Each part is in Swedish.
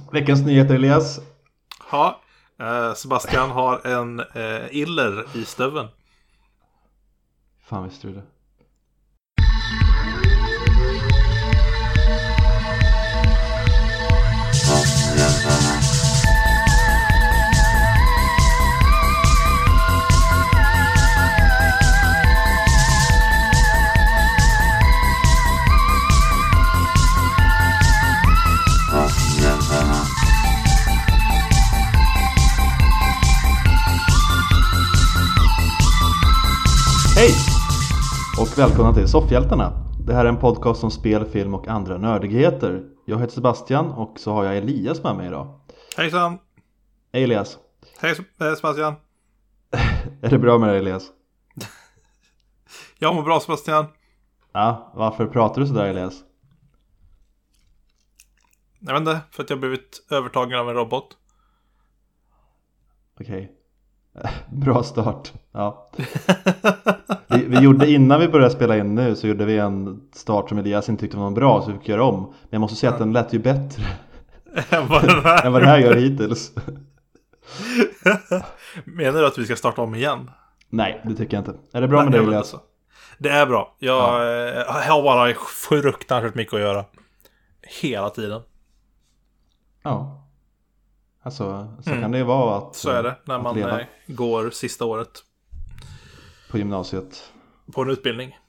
Veckans nyheter, Elias. Ja, Sebastian har en iller i stöven. Fan, visste du det? Hej! Och välkomna till Soffhjältarna. Det här är en podcast om spel, film och andra nördigheter. Jag heter Sebastian och så har jag Elias med mig idag. Hejsan! Hej Elias. Hej Sebastian. Är det bra med dig, Elias? Jag mår bra, Sebastian. Ja, varför pratar du sådär, Elias? Jag vet inte, för att jag blivit övertagen av en robot. Okej. Bra start. Ja. Vi gjorde innan vi började spela in nu, så gjorde vi en start som Elias inte tyckte var någon bra, så vi fick göra om. Men jag måste säga att den lät ju bättre än vad det här gör hittills. Menar du att vi ska starta om igen? Nej, det tycker jag inte. Är det bra med dig, Elias? Det är bra. Jag har bara fruktansvärt mycket att göra. Hela tiden. Ja. Alltså, så kan det ju vara att... Så är det när man går sista året. På gymnasiet. På en utbildning.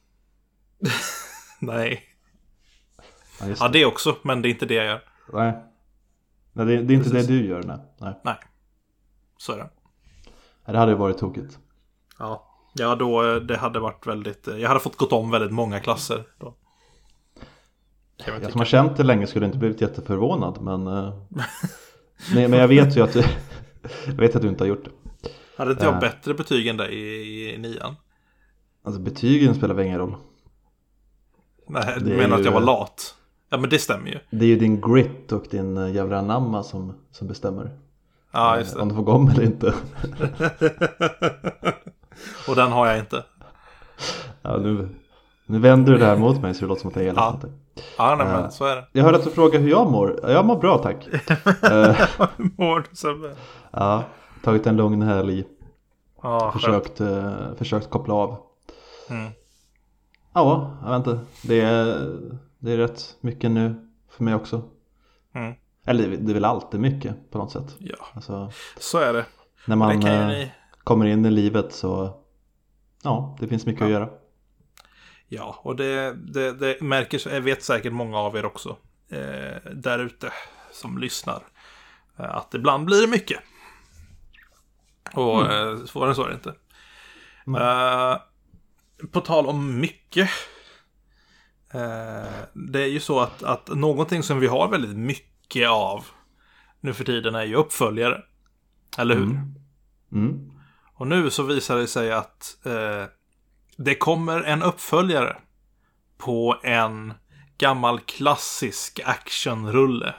Nej. Ja, det också, men det är inte det jag gör. Nej, det är inte det du gör, nej. Så är det. Det hade ju varit tokigt. Ja, då det hade varit väldigt... Jag hade fått gått om väldigt många klasser då. Jag som har känt det länge skulle inte blivit jätteförvånad, men men jag vet ju att du, jag vet att du inte har gjort det. Hade inte jag bättre betyg än dig i 9:an? Alltså betygen spelar väl ingen roll. Nej, du menar att jag var lat? Ja, men det stämmer ju. Det är ju din grit och din jävla anamma som bestämmer. Ja, just det. Om du får gå om eller inte. Och den har jag inte. Ja, nu vänder du det här mot mig så det låter som att jag är elak. Ja, nej, men så är det. Jag hörde att du frågade hur jag mår. Jag mår bra, tack. Mår du så bra? Ja, tagit en lugn helg. Försökt koppla av. Ja, jag vet inte. Det är rätt mycket nu för mig också. Eller det är väl alltid mycket på något sätt. Ja, alltså, så är det. När man kommer in i livet så det finns mycket att göra. Ja, och det märker, jag vet säkert många av er också där ute som lyssnar, att ibland blir det mycket. Och svårare så är det inte. På tal om mycket, det är ju så att någonting som vi har väldigt mycket av nu för tiden är ju uppföljare. Eller hur? Och nu så visar det sig att det kommer en uppföljare på en gammal klassisk actionrulle.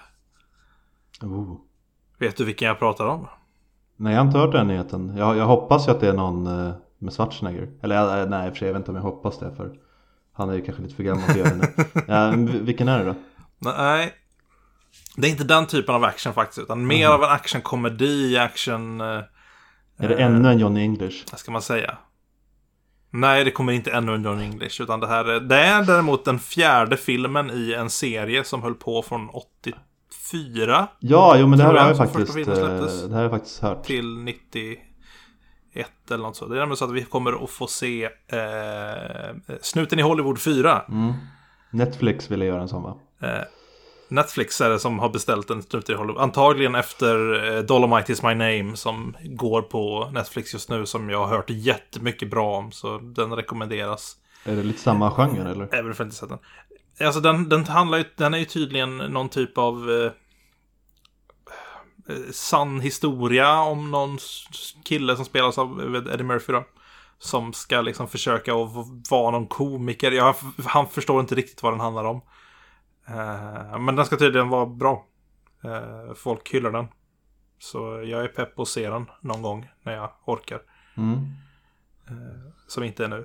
Vet du vilken jag pratar om? Nej, jag har inte hört den nyheten. Jag hoppas ju att det är någon med Schwarzenegger. Eller nej, för sig, jag vet inte om jag hoppas det, för han är ju kanske lite för gammal att göra det nu. Vilken är det då? Nej, det är inte den typen av action faktiskt, utan mer av en actionkomedi, action... är det ännu en Johnny English? Vad ska man säga? Nej, det kommer inte ännu en Johnny English, utan det är däremot den 4:e filmen i en serie som höll på från 84. Ja, jo, men det här har jag faktiskt hört. Till 91 eller något så. Det är nämligen så att vi kommer att få se Snuten i Hollywood 4. Netflix ville göra en sån, va? Netflix är det som har beställt en Snuten i Hollywood. Antagligen efter Dolomite is my name, som går på Netflix just nu, som jag har hört jättemycket bra om. Så den rekommenderas. Är det lite samma genre, eller? Även för inte sett den. Alltså den är ju tydligen någon typ av sann historia om någon kille som spelas av Eddie Murphy då, som ska liksom försöka att vara någon komiker. Han förstår inte riktigt vad den handlar om. Men den ska tydligen vara bra. Folk hyllar den. Så jag är pepp på att se den någon gång när jag orkar. Som inte är nu.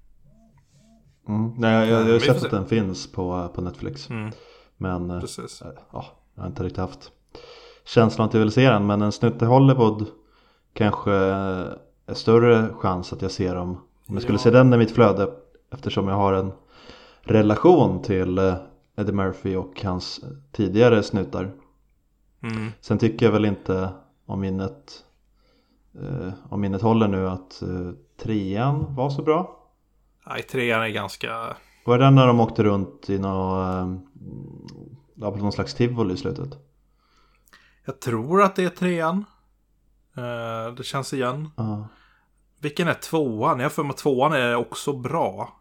Nej, jag har sett att den finns på Netflix. Men precis. jag har inte riktigt haft känslan att jag vill se den. Men en snutt i Hollywood kanske är större chans att jag ser dem om jag skulle se den i mitt flöde, eftersom jag har en relation till Eddie Murphy och hans tidigare snuttar. Sen tycker jag väl inte, om minnet håller nu, att trean var så bra. Nej, trean är ganska... Var det den när de åkte runt i någon slags tivoli i slutet? Jag tror att det är trean. Det känns igen. Vilken är tvåan? Jag får med tvåan är också bra.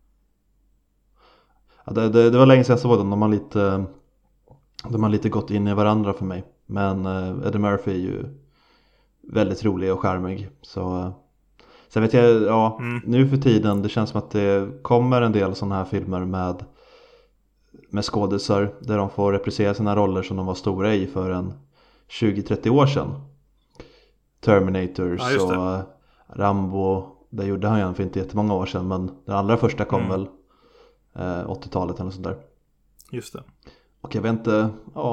Ja, det var länge sedan jag såg den. De har lite gått in i varandra för mig. Men Eddie Murphy är ju väldigt rolig och charmig. Så sen vet jag, nu för tiden, det känns som att det kommer en del sådana här filmer med skådisar där de får reprisera sina roller som de var stora i för en 20-30 år sedan. Terminators och Rambo, det gjorde han ju för inte jättemånga år sedan, men den allra första kom väl 80-talet eller sånt där. Just det. Och jag vet inte,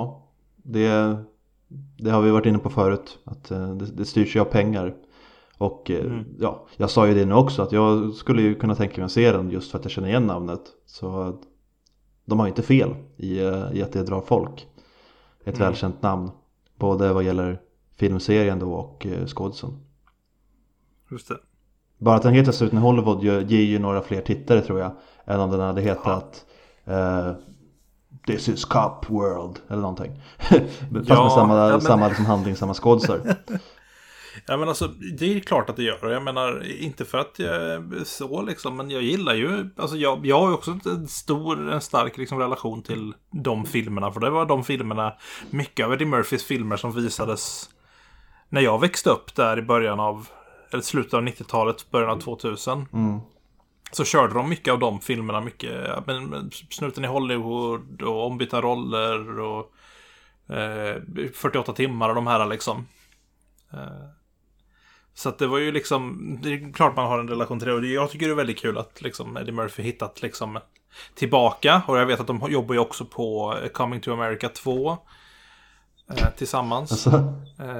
det har vi varit inne på förut, att det styrs ju av pengar. Och jag sa ju det nu också, att jag skulle ju kunna tänka mig att se den just för att jag känner igen namnet. Så de har ju inte fel i att det drar folk. Ett välkänt namn, både vad gäller filmserien då och skådisen. Just det. Bara att den heter Snuten i Hollywood ger ju några fler tittare, tror jag, än om den hade hetat This is Cop World eller någonting. Fast med samma liksom handling, samma skådisar. Ja, men alltså, det är klart att det gör. Jag menar, inte för att jag är så liksom, men jag gillar ju, alltså jag har ju också en stark liksom relation till de filmerna, för det var de filmerna, mycket av Eddie Murphys filmer som visades när jag växte upp där i början av, eller slutet av 90-talet, början av 2000. Så körde de mycket av de filmerna, mycket Snuten i Hollywood och Ombytta roller och 48 timmar och de här liksom. Så att det var ju liksom, det är klart man har en relation till det, och jag tycker det är väldigt kul att liksom Eddie Murphy hittat liksom tillbaka, och jag vet att de jobbar ju också på Coming to America 2 tillsammans. Alltså.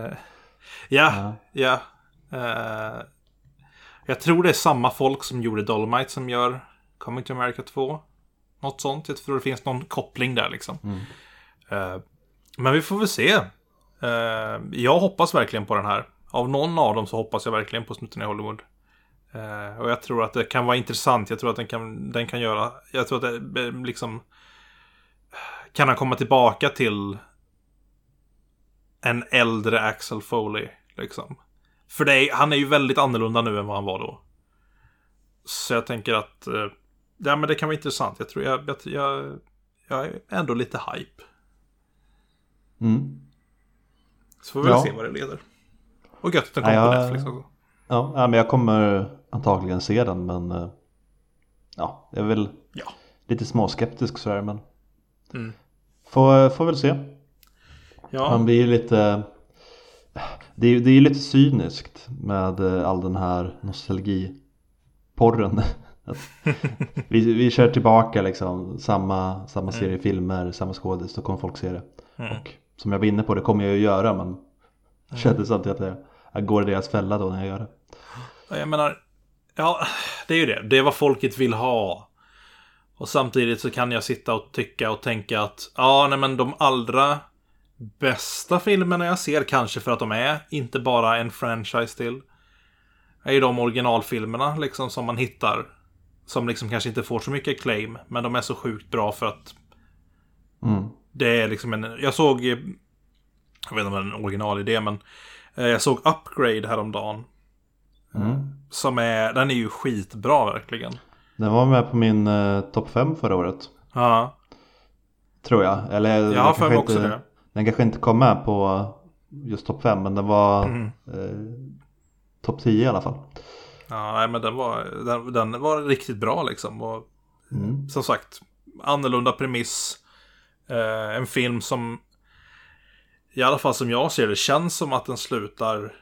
Jag tror det är samma folk som gjorde Dolomite som gör Coming to America 2. Något sånt, jag tror det finns någon koppling där liksom. Men vi får väl se. Jag hoppas verkligen på den här. Av någon av dem så hoppas jag verkligen på Snuten i Hollywood. Och jag tror att det kan vara intressant. Jag tror att den kan göra... Jag tror att det liksom... Kan han komma tillbaka till en äldre Axel Foley liksom. För han är ju väldigt annorlunda nu än vad han var då. Så jag tänker att... men det kan vara intressant. Jag tror jag är ändå lite hype. Så får vi väl se vad det leder. Och gött att den kommer på Netflix också. Ja, men jag kommer antagligen se den, men jag är väl lite småskeptisk så här, men får väl se. Ja. Man blir lite... Det är ju lite cyniskt med all den här nostalgiporren. vi kör tillbaka liksom samma serie filmer, samma skådis, då kommer folk se det. Och som jag var inne på, det kommer jag ju göra, men det kändes samtidigt att jag går i deras fälla då när jag gör det. Jag menar, det är ju det. Det är vad folket vill ha. Och samtidigt så kan jag sitta och tycka och tänka att men de allra bästa filmerna jag ser, kanske för att de är inte bara en franchise till, är ju de originalfilmerna liksom som man hittar, som liksom kanske inte får så mycket claim, men de är så sjukt bra för att det är liksom jag såg, jag vet inte om det är en originalidé, men jag såg Upgrade häromdagen. Den är ju skitbra verkligen. Den var med på min topp 5 förra året. Ja. Tror jag. Eller jag har för mig också det. Den kanske inte kom med på just topp 5, men den var topp 10 i alla fall. Ja, nej, men den var riktigt bra liksom. Och som sagt, annorlunda premiss. En film som, i alla fall som jag ser det, känns som att den slutar.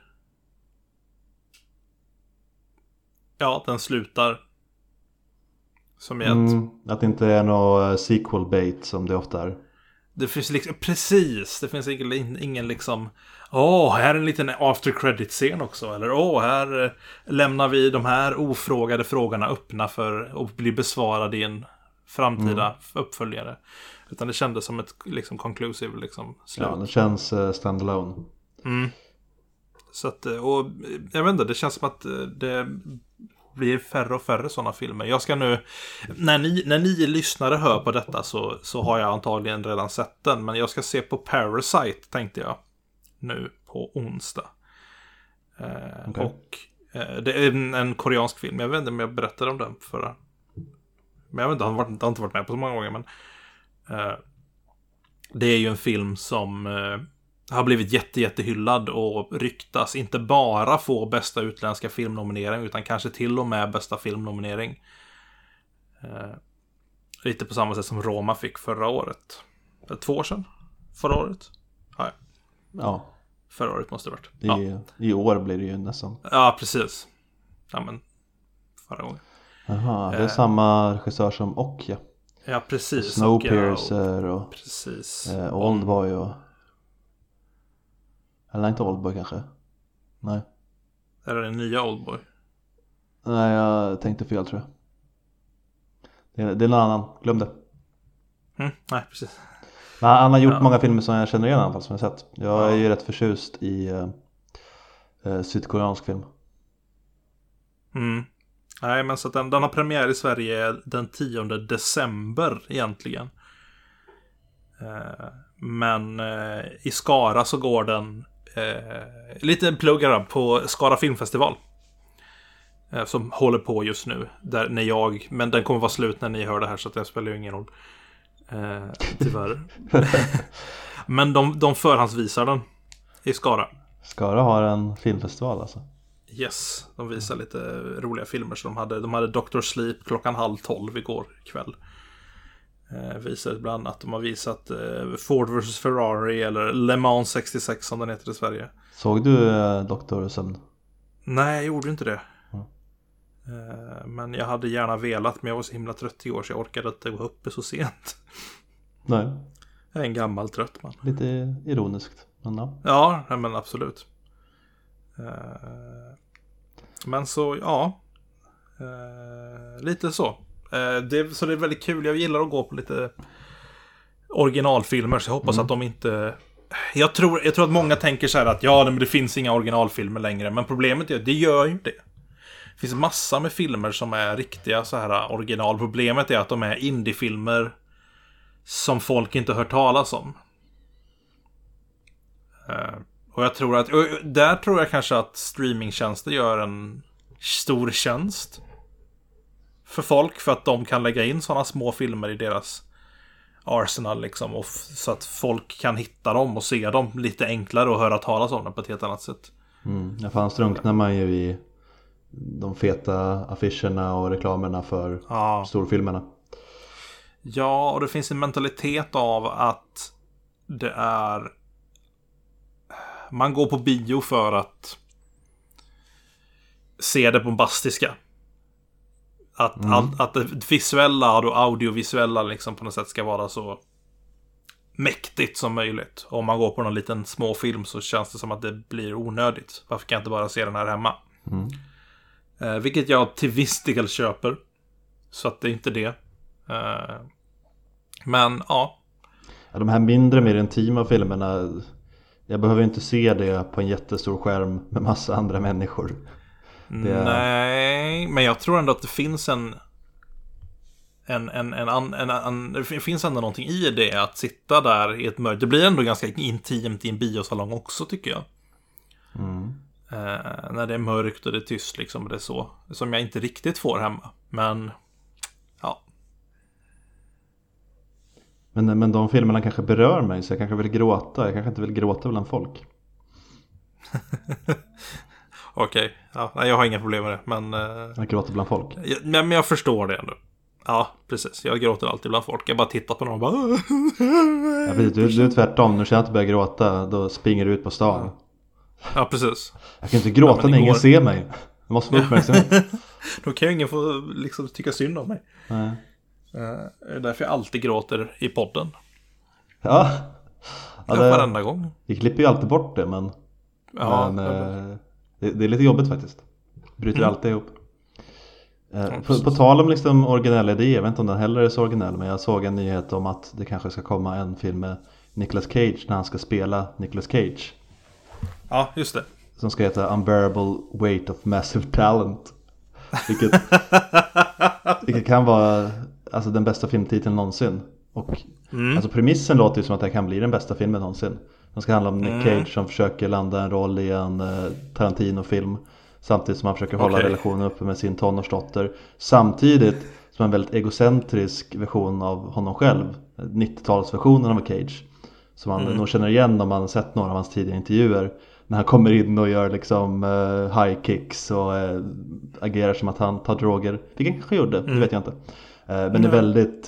Ja, den slutar som i att det inte är något sequel bait som det ofta är. Det finns liksom, precis, det finns ingen liksom, här är en liten after credit-scen också, eller här lämnar vi de här ofrågade frågorna öppna för att bli besvarade i en framtida uppföljare. Utan det kändes som ett liksom conclusive liksom slut. Ja, det känns standalone. Så att, och jag vet inte, det känns som att det blir färre och färre sådana filmer. Jag ska nu, när ni lyssnare hör på detta så har jag antagligen redan sett den. Men jag ska se på Parasite, tänkte jag, nu på onsdag. Okay. Och det är en koreansk film. Jag vet inte om jag berättade om den förra. Men jag vet inte, han har inte varit med på så många gånger. Men det är ju en film som har blivit jättehyllad och ryktas inte bara få bästa utländska filmnominering utan kanske till och med bästa filmnominering. Lite på samma sätt som Roma fick förra året. 2 år sedan? Förra året? Ja. Förra året måste det varit. I år blir det ju nästan. Ja, precis. Ja, men förra gången. Jaha, det är samma regissör som Okja. Ja, precis. Snowpiercer och precis. Oldboy och... Eller inte Oldboy kanske. Nej. Är det den nya Oldboy? Nej, jag tänkte fel tror jag. Det är någon annan, glöm det. Nej, precis. Men han har gjort många filmer som jag känner igen i alla fall, som jag sett. Jag är ju rätt förtjust i sydkoreansk film. Nej, men så att den har premiär i Sverige den 10 december egentligen. Men i Skara så går den lite pluggare på Skara filmfestival. Som håller på just nu. Men den kommer vara slut när ni hör det här, så att det spelar ju ingen roll. Tyvärr. Men de förhandsvisar den i Skara. Skara har en filmfestival alltså. Yes, de visar lite roliga filmer. Så de hade Dr. Sleep 11:30 igår kväll. Visar bland annat att de har visat Ford vs Ferrari eller Le Mans 66 som den heter i Sverige. Såg du Dr. Sömn? Nej, jag gjorde inte det. Men jag hade gärna velat, men jag var så himla trött igår så jag orkade inte gå uppe så sent. Nej. Jag är en gammal trött man. Lite ironiskt, men ja. Ja, men absolut. Men så, ja. Lite så. Så det är väldigt kul. Jag gillar att gå på lite originalfilmer, så jag hoppas att de inte... Jag tror att många tänker så här att men det finns inga originalfilmer längre. Men problemet är att det gör ju det. Det finns massa med filmer som är riktiga så här original. Problemet är att de är indiefilmer som folk inte hört talas om. Och jag tror att där tror jag kanske att streamingtjänster gör en stor tjänst för folk, för att de kan lägga in sådana små filmer i deras arsenal liksom, och så att folk kan hitta dem och se dem lite enklare och höra talas om dem på ett helt annat sätt. Ja, fan drunknar man ju i de feta affischerna och reklamerna för storfilmerna. Ja, och det finns en mentalitet av att det är... Man går på bio för att se det bombastiska. Att det visuella och audiovisuella liksom på något sätt ska vara så mäktigt som möjligt. Och om man går på någon liten småfilm så känns det som att det blir onödigt. Varför kan jag inte bara se den här hemma? Vilket jag till viss del köper. Så att det är inte det. Men ja. De här mindre, mer intima filmerna, jag behöver inte se det på en jättestor skärm med massa andra människor. Nej, men jag tror ändå att det finns det finns ändå någonting i det, att sitta där i ett mörkt. Det blir ändå ganska intimt i en biosalong också, tycker jag. När det är mörkt och det är tyst liksom, det är så som jag inte riktigt får hemma. Men ja. Men de filmerna kanske berör mig, så jag kanske vill gråta. Jag kanske inte vill gråta bland folk. Okej, ja, jag har inga problem med det, men... Jag gråter bland folk. Men jag förstår det ändå. Ja, precis. Jag gråter alltid bland folk. Jag bara tittar på någon och bara... Ja, precis. Du är tvärtom. Nu känner jag inte börja gråta, då springer du ut på stan. Ja, när Jag kan inte gråta när ingen ser mig. Jag måste få uppmärksamhet. Då kan ju ingen få liksom tycka synd om mig. Nej. Det är därför jag alltid gråter i podden. Ja, Varenda gång. Vi klipper ju alltid bort det, men det är lite jobbigt faktiskt. Bryter alltid ihop. På tal om liksom originella idéer, jag vet inte om den heller är så originell, men jag såg en nyhet om att det kanske ska komma en film med Nicolas Cage när han ska spela Nicolas Cage. Ja, just det. Som ska heta Unbearable Weight of Massive Talent. Vilket kan vara alltså den bästa filmtiteln någonsin. Och alltså premissen låter ju som att det kan bli den bästa filmen någonsin. Den ska handla om Nick Cage som försöker landa en roll i en Tarantino-film, samtidigt som han försöker hålla relationen uppe med sin tonårsdotter, samtidigt som en väldigt egocentrisk version av honom själv, 90-talsversionen av Cage, som man nog känner igen om man har sett några av hans tidiga intervjuer, när han kommer in och gör liksom high kicks och agerar som att han tar droger, vilken kanske gjorde, det vet jag inte, men är väldigt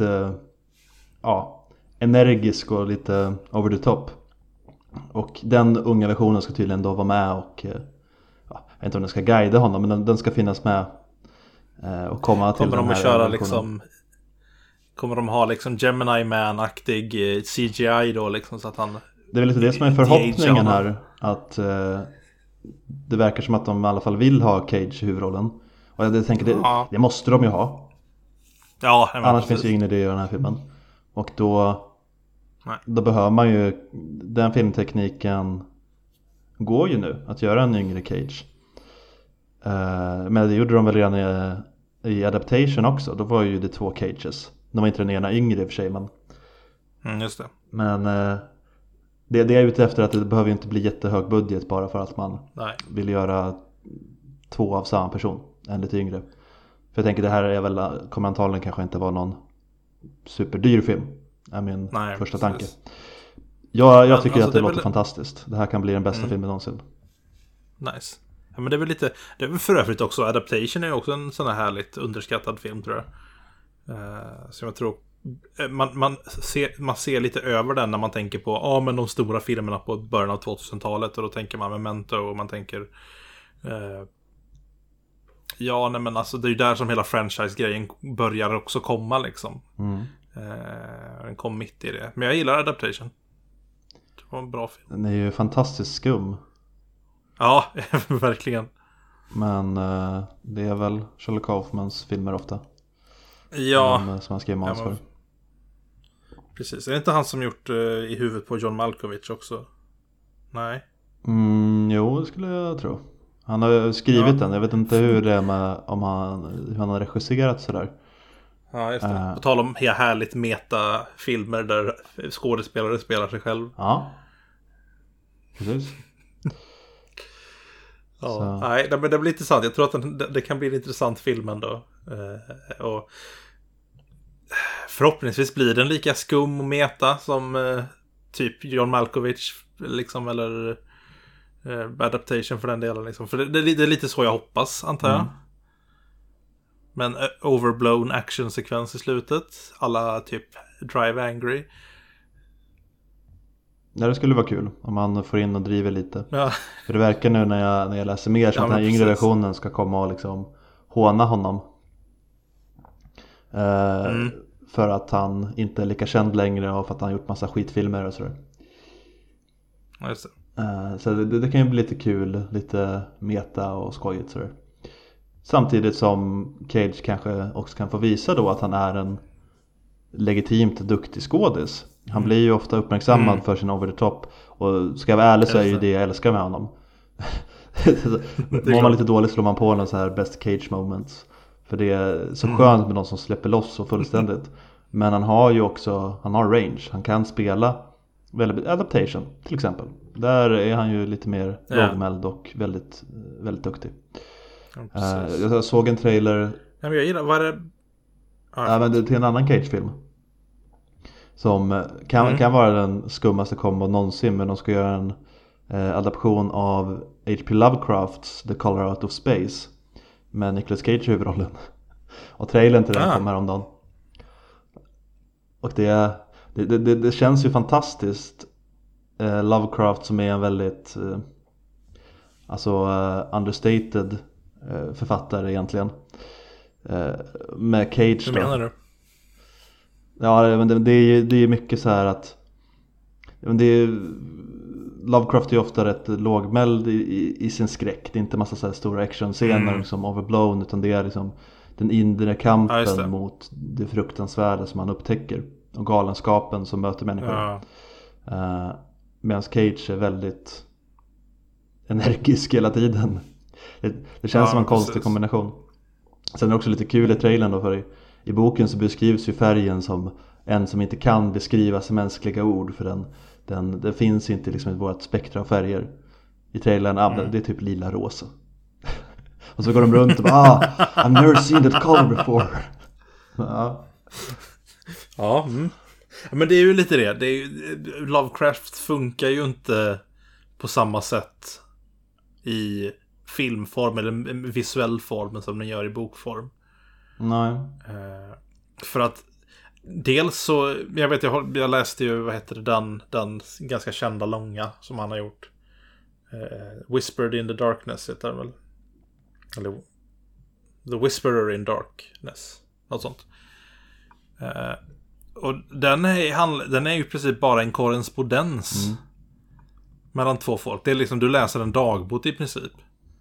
energisk och lite over the top. Och den unga versionen ska tydligen då vara med och jag vet inte om den ska guida honom, men den ska finnas med och komma till den här köra liksom, kommer de ha liksom Gemini Man-aktig CGI då liksom, så att han... Det är väl lite det som är förhoppningen här, att det verkar som att de i alla fall vill ha Cage i huvudrollen. Och jag tänker det måste de ju ha. Ja, annars finns ju ingen idé i den här filmen. Och då behöver man ju, den filmtekniken går ju nu att göra en yngre Cage. Men det gjorde de väl redan i Adaptation också. Då var ju det 2 Cages. De var inte den ena yngre i och för sig, men just det. Men det är ute efter att det behöver ju inte bli jättehög budget bara för att man vill göra 2 av samma person, en lite yngre. För jag tänker det här är väl, kommer antagligen kanske inte vara någon superdyr film, är min första tanke. Jag tycker att det låter fantastiskt. Det här kan bli den bästa filmen någonsin. Nice. Ja, men det är väl lite, det är väl för övrigt också, Adaptation är ju också en sån här härligt underskattad film, tror jag. Så jag tror man ser lite över den när man tänker på men de stora filmerna på början av 2000-talet, och då tänker man Memento och man tänker men alltså det är ju där som hela franchise-grejen börjar också komma liksom. Den kom mitt i det. Men jag gillar Adaptation. Det var en bra film. Den är ju fantastiskt skum. Ja, verkligen. Men det är väl Charlie Kaufmans filmer ofta. Ja. Som han skrev manus för. Precis. Är det inte han som gjort i huvudet på John Malkovich också? Nej. Jo, det skulle jag tro. Han har skrivit den. Jag vet inte hur det är med, om hur han har regisserat sådär. Ja, just det. På tal om härligt meta-filmer där skådespelare spelar sig själv. Ja. Precis. Nej, men det blir intressant. Jag tror att det kan bli en intressant film ändå. Och förhoppningsvis blir den lika skum och meta som typ John Malkovich liksom, eller Adaptation för den delen liksom. För det är lite så jag hoppas, antar jag. Men overblown actionsekvens i slutet, alla typ Drive Angry. Ja, det skulle vara kul om man får in och driver lite. För det verkar nu när jag läser mer så att den här yngre versionen ska komma och liksom håna honom. För att han inte är lika känd längre och för att han har gjort massa skitfilmer och sådär. Just det. Så det kan ju bli lite kul, lite meta och skojigt sådär. Samtidigt som Cage kanske också kan få visa då att han är en legitimt duktig skådis. Han blir ju ofta uppmärksammad för sin over the top. Och ska jag vara ärlig så är ju det jag älskar med honom. Mår man lite dåligt slår man på någon så här best Cage moments. För det är så skönt med någon som släpper loss så fullständigt. Men han har ju också, han har range. Han kan spela väldigt, Adaptation till exempel. Där är han ju lite mer lågmäld och väldigt, väldigt duktig. Jag såg en trailer. Ja, men jag gillar, vad är det? Men det är till en annan Cage-film. Som kan vara den skummaste kombo någonsin. Men de ska göra en adaption av H.P. Lovecrafts The Color Out of Space med Nicolas Cage i huvudrollen. Och trailern till den kom häromdagen. Och det känns ju fantastiskt. Lovecraft som är en väldigt understated författare egentligen. Med Cage. Hur menar du? Ja, men det är mycket så här att men det är, Lovecraft är ju ofta rätt lågmäld i sin skräck. Det är inte massa så här stora actionscener liksom overblown, utan det är liksom den inre kampen mot det fruktansvärda som man upptäcker och galenskapen som möter människor. Medan Cage är väldigt energisk hela tiden. Det känns som en konstig kombination. Sen är det också lite kul i trailern då, för i boken så beskrivs ju färgen som en som inte kan beskrivas i mänskliga ord, för det finns inte liksom i vårt spektra av färger. I trailern, det är typ lila-rosa. Och så går de runt och bara, I've never seen that color before. Ja, men det är ju lite det. Lovecraft funkar ju inte på samma sätt i filmform eller visuell form som den gör i bokform. Nej. För att dels så, jag läste ju, vad heter det, den ganska kända långa som han har gjort. Whispered in the Darkness heter den väl. Eller The Whisperer in Darkness. Något sånt. Och den är ju precis bara en korrespondens mellan två folk. Det är liksom, du läser en dagbok i princip.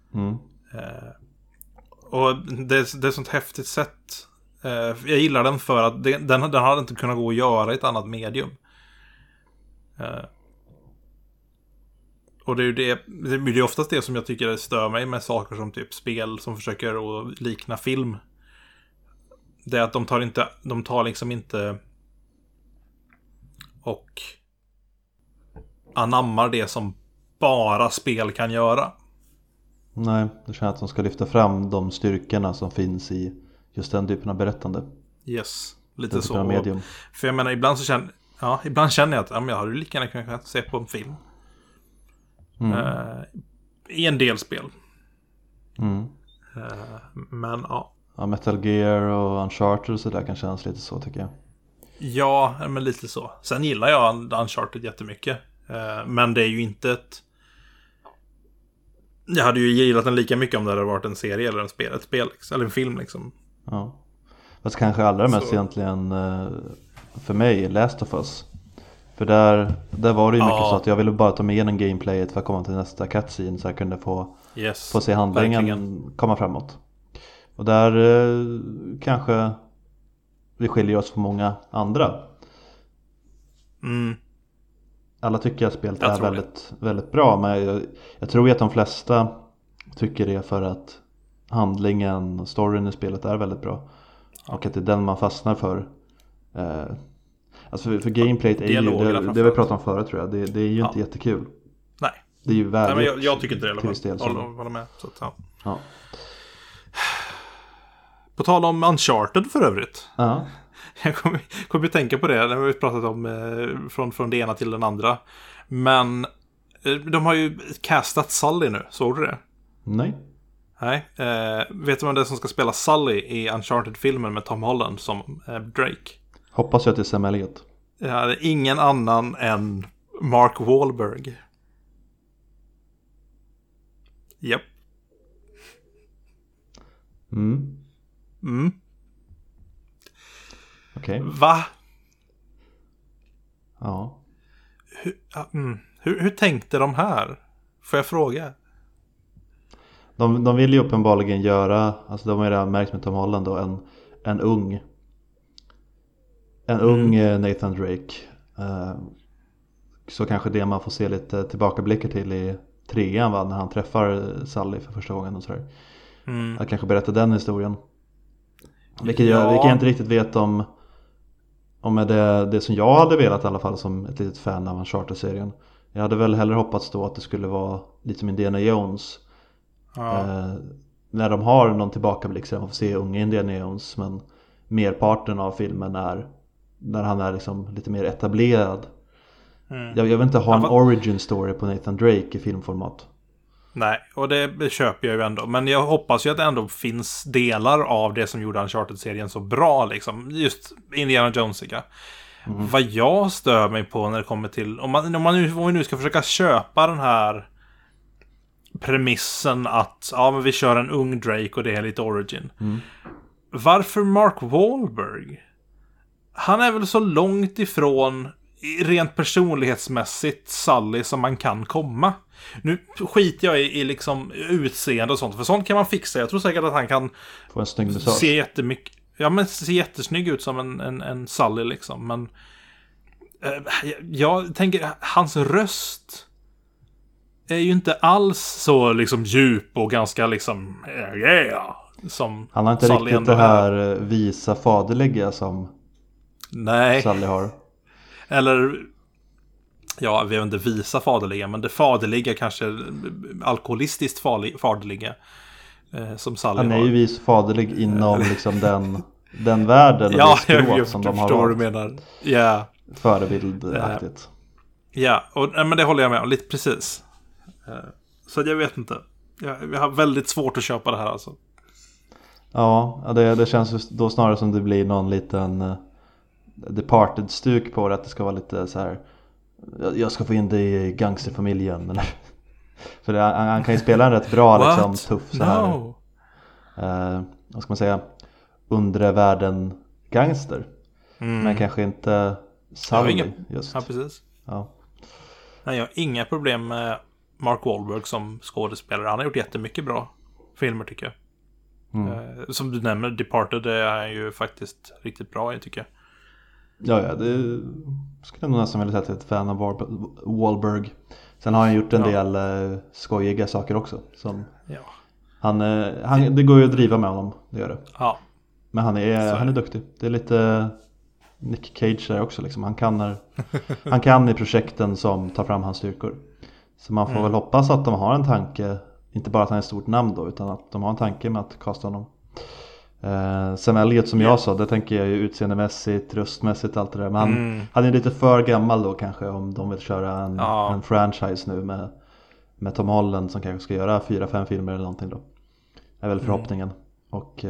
Och det är sånt häftigt sätt. Jag gillar den för att den hade inte kunnat gå att göra i ett annat medium. Och det är ju oftast det som jag tycker stör mig med saker som typ spel som försöker att likna film. Det är att de tar liksom inte och anammar det som bara spel kan göra. Nej, det känns att de ska lyfta fram de styrkorna som finns i just den typen av berättande. Yes, lite så. Medium. För jag menar, ibland känner jag att jag hade lika gärna kunnat se på en film. I en del spel. Men ja. Metal Gear och Uncharted och sådär kan kännas lite så, tycker jag. Ja, men lite så. Sen gillar jag Uncharted jättemycket. Men det är ju inte ett... Jag hade ju gillat den lika mycket om det hade varit en serie eller ett spel eller en film liksom. Ja. Fast kanske allra mest egentligen för mig Last of Us. För där var det ju mycket så att jag ville bara ta med igenom gameplayet för att komma till nästa cutscene, så jag kunde få se handlingen komma framåt. Och där kanske vi skiljer oss från många andra. Alla tycker att spelet är väldigt, väldigt bra, men jag tror ju att de flesta tycker det för att handlingen och storyn i spelet är väldigt bra. Och att det är den man fastnar för. Alltså för gameplayet är ju det vi pratade om förut, tror jag. Det är ju inte jättekul. Nej. Det är ju värdigt. Nej, men jag tycker inte det i alla fall. Håller med. Så att, ja. På tal om Uncharted för övrigt. Ja. Jag kommer att tänka på det när vi pratat om från det ena till den andra. Men de har ju castat Sully nu. Såg du det? Nej. Vet du vem det är som ska spela Sully i Uncharted-filmen med Tom Holland som Drake? Hoppas jag att det är Sam Elliott. Ja, det är ingen annan än Mark Wahlberg. Japp. Okej. Va? Ja. Hur tänkte de här? Får jag fråga? De vill ju uppenbarligen göra, alltså de har redan märkt med Tom Holland då, en ung Nathan Drake. Så kanske det man får se lite tillbakablickar till i 3:an, va, när han träffar Sully för första gången och sådär. Jag kanske berättar den historien. Vilket jag inte riktigt vet om är det som jag hade velat i alla fall, som ett litet fan av Uncharted-serien. Jag hade väl hellre hoppats då att det skulle vara lite som Indiana Jones. När de har någon tillbakablick så man får se unga Indiana Jones, men merparten av filmen är när han är liksom lite mer etablerad. Jag vill inte ha en origin story på Nathan Drake i filmformat. Nej, och det köper jag ju ändå. Men jag hoppas ju att det ändå finns delar av det som gjorde Uncharted-serien så bra liksom. Just Indiana Jonesiga. Vad jag stör mig på när det kommer till om vi nu ska försöka köpa den här premissen att men vi kör en ung Drake och det är lite origin. Varför Mark Wahlberg? Han är väl så långt ifrån rent personlighetsmässigt Sully som man kan komma. Nu skiter jag i liksom utseende och sånt, för sånt kan man fixa. Jag tror säkert att han kan få en snygg mustasch. Se jättemycket, ja, men se jättesnygg ut som en Sully liksom. Men jag tänker, hans röst är ju inte alls så liksom djup och ganska liksom som han har inte Sully riktigt det här visa faderliga som Sully har. Eller ja, vi har inte visa faderliga, men det faderliga kanske alkoholistiskt faderliga som Sully har. Han är ju vis faderlig inom liksom den världen och ja, det språk som de har förstår vad du menar. Ja. Förebildaktigt. Ja, men det håller jag med om lite precis. Så jag vet inte. Jag har väldigt svårt att köpa det här alltså. Ja, det känns ju då snarare som det blir någon liten Departed-stuk på det, att det ska vara lite så här: jag ska få in det i gangsterfamiljen. Eller? För han kan ju spela en rätt bra liksom, tuff så här. Vad ska man säga? Undre världen gangster. Men kanske inte Sully just. Ja, precis. Ja. Nej, jag har inga problem med Mark Wahlberg som skådespelare. Han har gjort jättemycket bra filmer tycker jag. Som du nämner, Departed är ju faktiskt riktigt bra, jag tycker. Ja, det skulle jag nog nästan vilja säga till ett fan av Wahlberg. Sen har han gjort en del skojiga saker också. Som det går ju att driva med honom, det gör det. Ja. Men han är duktig. Det är lite Nick Cage där också liksom. Han kan i projekten som tar fram hans styrkor. Så man får väl hoppas att de har en tanke, inte bara att han är ett stort namn då, utan att de har en tanke med att kasta honom. Sam Elliott som jag sa, det tänker jag ju utseendemässigt, röstmässigt, allt det där. Men han är lite för gammal då kanske, om de vill köra en franchise nu med Tom Holland som kanske ska göra 4-5 filmer eller någonting då. Det är väl förhoppningen. Och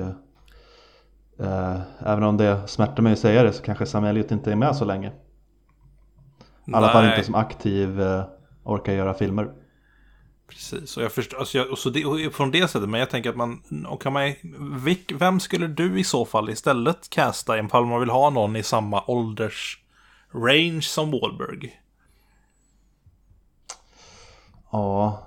även om det smärtar mig att säga det, så kanske Sam Elliott inte är med så länge. I alla fall inte som aktiv orkar göra filmer. Precis, och jag förstår, alltså från det sättet, men jag tänker att vem skulle du i så fall istället casta ifall man vill ha någon i samma åldersrange som Wahlberg? Ja.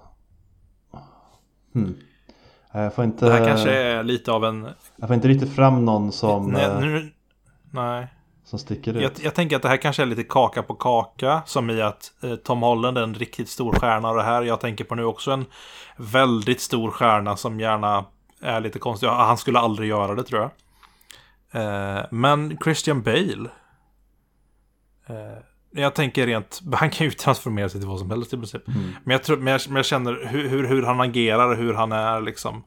Jag får inte, det här kanske är lite av en... Jag får inte riktigt fram någon som... Nej. Som sticker ut. Jag tänker att det här kanske är lite kaka på kaka, som i att Tom Holland är en riktigt stor stjärna, och det här jag tänker på nu också en väldigt stor stjärna som gärna är lite konstig. Han skulle aldrig göra det, tror jag. Men Christian Bale, jag tänker rent, han kan ju transformera sig till vad som helst i princip. Men jag känner hur han agerar och hur han är liksom,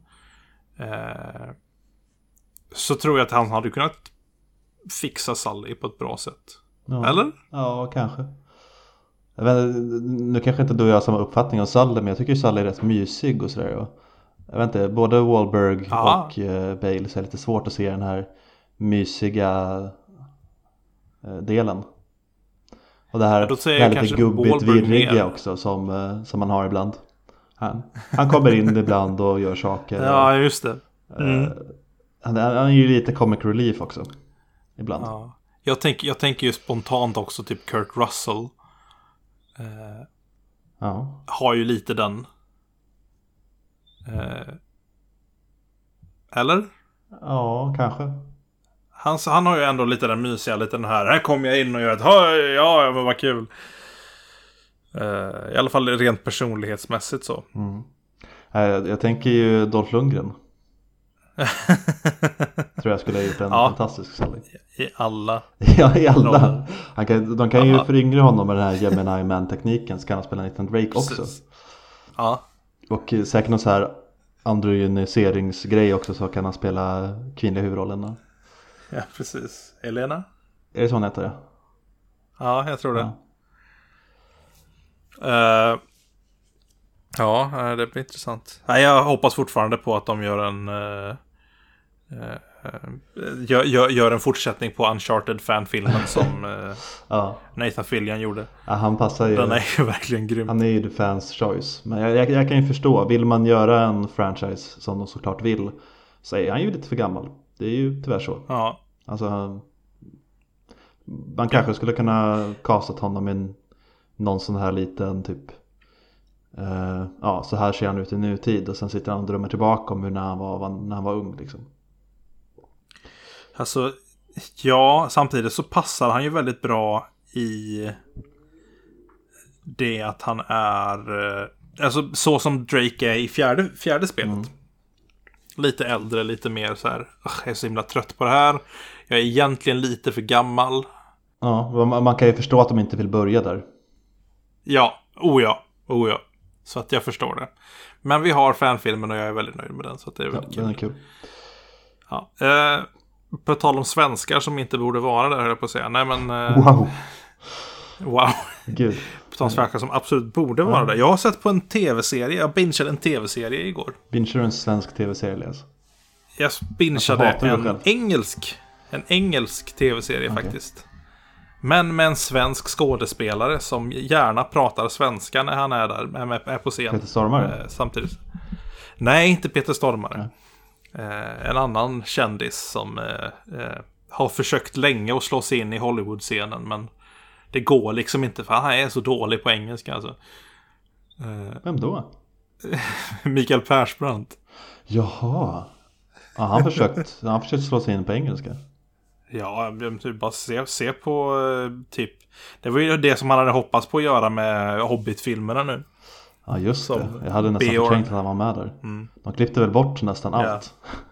så tror jag att han hade kunnat fixa Sully på ett bra sätt. Ja. Eller? Ja, kanske. Jag vet, nu kanske inte du och jag har samma uppfattning om Sully, men jag tycker Sully är rätt mysig och sådär. Jag vet inte, både Wahlberg och Bale, så är det lite svårt att se den här mysiga delen. Och det här lite gubbigt virriga också som man har ibland. Han kommer in ibland och gör saker. Ja, just det. Han är ju lite comic relief också ibland. Ja. Jag tänker ju spontant också typ Kurt Russell. Har ju lite den. Eller? Ja, kanske. Han har ju ändå lite den mysiga, lite den här kommer jag in och gör ett ja, men vad kul. I alla fall rent personlighetsmässigt så. Jag tänker ju Dolph Lundgren. Tror jag skulle ha gjort en fantastisk ställning. I alla. Ja, i alla. De kan ju föryngra honom med den här Gemini Man-tekniken, så kan han spela Nathan Drake också. Ja. Och säkert någon så här androgeniseringsgrej också, så kan han spela kvinnliga huvudrollen. Ja, precis. Elena? Är det så hon heter det? Ja, jag tror det. Det blir intressant. Nej, jag hoppas fortfarande på att de gör gör en fortsättning på Uncharted-fanfilmen som Nathan Fillion gjorde. Ja, han passar ju. Den är ju verkligen grym. Han är ju the fans choice. Men jag kan ju förstå, vill man göra en franchise som de såklart vill, så är han ju lite för gammal. Det är ju tyvärr så. Ja. Alltså, Man kanske skulle kunna castat honom i någon sån här liten typ så här ser han ut i nutid och sen sitter han och drömmer tillbaka om hur när han var ung liksom. Alltså, ja, samtidigt så passar han ju väldigt bra i det att han är alltså så som Drake är i fjärde spelet. Lite äldre, lite mer så här, jag är så himla trött på det här. Jag är egentligen lite för gammal. Ja, man kan ju förstå att de inte vill börja där. Ja, oh ja. Så att jag förstår det. Men vi har fanfilmen och jag är väldigt nöjd med den. Så att det är väldigt kul. Den är kul. Ja, på tal om svenskar som inte borde vara där, höll jag på att säga. Nej, men... Wow. Gud. På tal om svenskar som absolut borde vara där. Jag har sett på en tv-serie. Jag bingeade en tv-serie igår. Bingeade en svensk tv-serie alltså? Jag bingeade en engelsk tv-serie faktiskt. Men med en svensk skådespelare som gärna pratar svenska när han är där, är på scen. Peter Stormare? Samtidigt. Nej, inte Peter Stormare. En annan kändis som har försökt länge att slå sig in i Hollywood-scenen, men det går liksom inte för han är så dålig på engelska alltså. Vem då? Mikael Persbrandt. Jaha. Ja, han försökt slå sig in på engelska. Ja, bara se på typ. Det var ju det som han hade hoppats på att göra med Hobbit-filmerna nu. Ja, just det. Jag hade nästan förträngt att han var med där. De klippte väl bort nästan allt.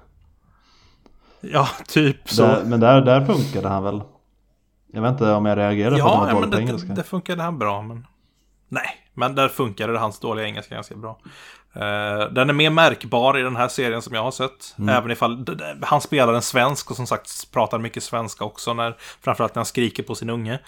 Ja, typ så. Men där funkade han väl. Jag vet inte om jag reagerade på att han var dålig på engelska. Det funkade han bra, men... Nej, men där funkade hans dåliga engelska ganska bra. Den är mer märkbar i den här serien som jag har sett. Även ifall han spelar en svensk och som sagt pratar mycket svenska också. Framförallt när han skriker på sin unge.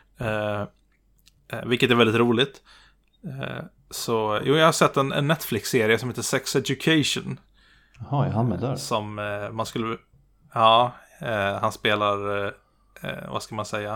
Vilket är väldigt roligt. Så jag har sett en Netflix-serie som heter Sex Education. Jaha, är han med där? Som man skulle... Ja, han spelar... vad ska man säga?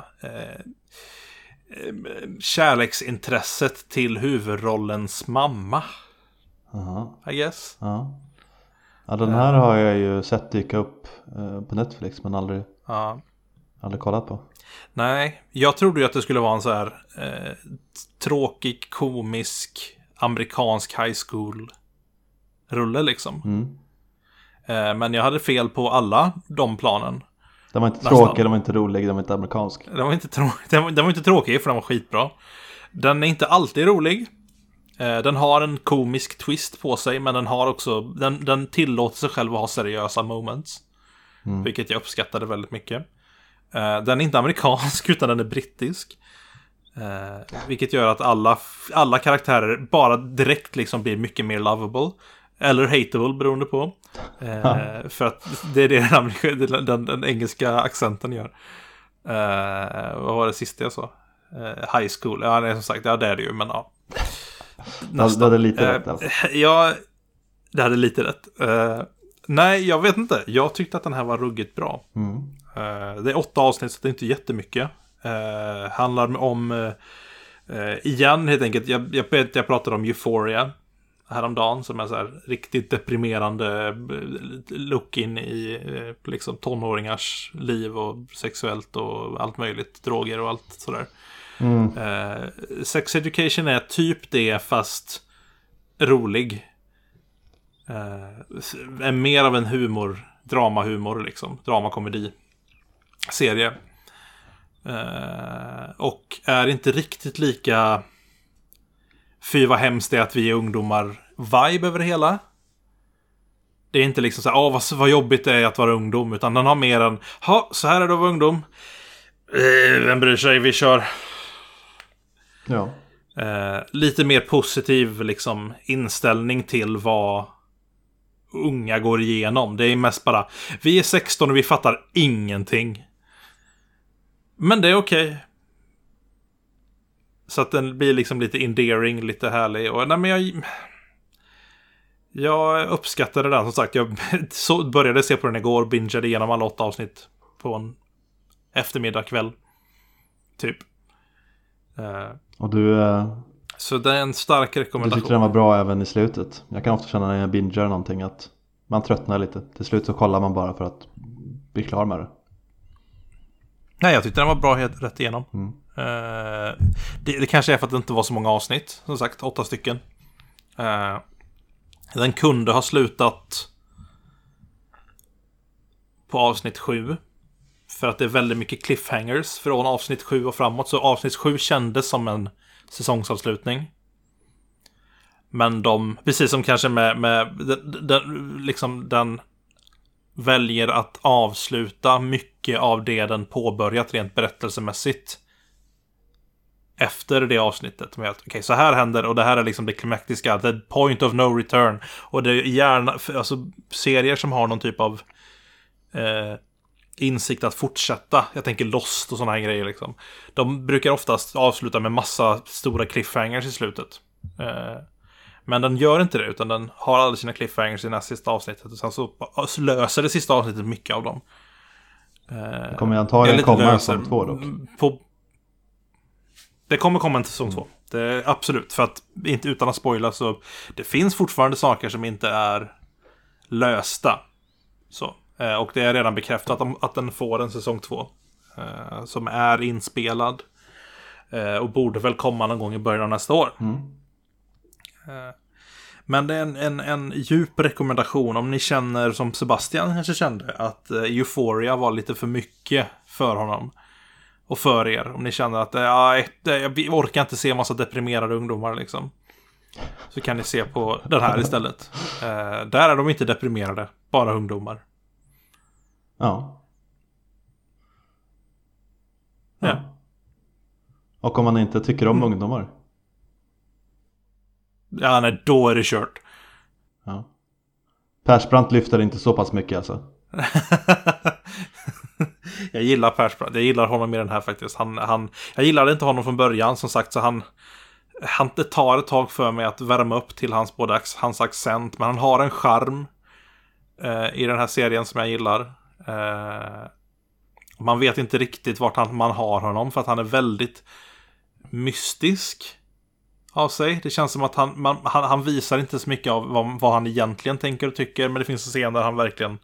Kärleksintresset till huvudrollens mamma. I guess. Ja, den här har jag ju sett dyka upp på Netflix men aldrig kollat på. Nej, jag trodde ju att det skulle vara en så här tråkig, komisk, amerikansk high school rulle liksom. Men jag hade fel på alla de planen. Den var inte tråkig, den var inte rolig, den var inte amerikansk. Den var inte tråkig för den var skitbra. Den är inte alltid rolig. Den har en komisk twist på sig, men den har också den tillåter sig själv att ha seriösa moments. Vilket jag uppskattade väldigt mycket. Den är inte amerikansk utan den är brittisk. Vilket gör att alla karaktärer bara direkt liksom blir mycket mer lovable. Eller hateable beroende på. För att det är det den engelska accenten gör. Vad var det sista jag sa? High school. Ja, det är som sagt, ja, det är det ju, men ja. Det hade lite rätt alltså. Ja, det hade lite rätt. Nej, jag vet inte. Jag tyckte att den här var ruggigt bra. Det är 8 avsnitt så det är inte jättemycket. Handlar om igen helt enkelt. Jag pratade om Euphoria häromdagen som är så här riktigt deprimerande look in i liksom tonåringars liv och sexuellt och allt möjligt, droger och allt sådär. Sex Education är typ det fast rolig. Är mer av en dramahumor liksom, dramakomedi serie. Och är inte riktigt lika fy vad hemskt det är att vi är ungdomar vibe över det hela. Det är inte liksom så här, vad jobbigt det är att vara ungdom, utan den har mer en, så här är det att vara ungdom. Vem bryr sig, vi kör. Ja. Lite mer positiv liksom inställning till vad unga går igenom. Det är mest bara, vi är 16 och vi fattar ingenting. Men det är okej. Så att den blir liksom lite endearing, lite härlig. Och nej, men jag uppskattade den som sagt. Jag började se på den igår, bingeade igenom alla 8 avsnitt på en eftermiddag, kväll. Typ. Och du... Så det är en stark rekommendation. Du tyckte den var bra även i slutet. Jag kan ofta känna när jag bingear någonting att man tröttnar lite. Till slut så kollar man bara för att bli klar med det. Nej, jag tyckte den var bra rätt igenom. Det kanske är för att det inte var så många avsnitt. Som sagt, 8 stycken. Den kunde ha slutat på avsnitt 7. För att det är väldigt mycket cliffhangers från avsnitt 7 och framåt. Så avsnitt 7 kändes som en säsongsavslutning. Men precis som kanske med den väljer att avsluta mycket av det den påbörjat rent berättelsemässigt efter det avsnittet med att okej, så här händer och det här är liksom det klimatiska, the point of no return, och det är gärna alltså serier som har någon typ av insikt att fortsätta. Jag tänker Lost och såna här grejer liksom. De brukar oftast avsluta med massa stora cliffhangers i slutet. Men den gör inte det, utan den har alla sina cliffhangers i nästa sista avsnittet. Och sen så löser det sista avsnittet mycket av dem. Det kommer antagligen komma en säsong 2 dock. Det kommer komma en säsong 2. Absolut, för att inte utan att spoila så det finns fortfarande saker som inte är lösta. Så. Och det är redan bekräftat att den får en säsong 2. Som är inspelad. Och borde väl komma någon gång i början av nästa år. Men det är en djup rekommendation om ni känner som Sebastian kanske kände att Euphoria var lite för mycket för honom och för er. Om ni känner att jag orkar inte se massa deprimerade ungdomar liksom, så kan ni se på den här istället. Där är de inte deprimerade, bara ungdomar. Ja. Och om man inte tycker om ungdomar? Ja, nej, då är det kört. Ja. Persbrandt lyfter inte så pass mycket alltså. Jag gillar Persbrandt. Jag gillar honom i den här faktiskt. Jag gillade inte honom från början, som sagt, så han det tar ett tag för mig att värma upp till hans accent, men han har en charm i den här serien som jag gillar. Man vet inte riktigt vart man har honom, för att han är väldigt mystisk av sig. Det känns som att han visar inte så mycket av vad han egentligen tänker och tycker, men det finns en scen där han verkligen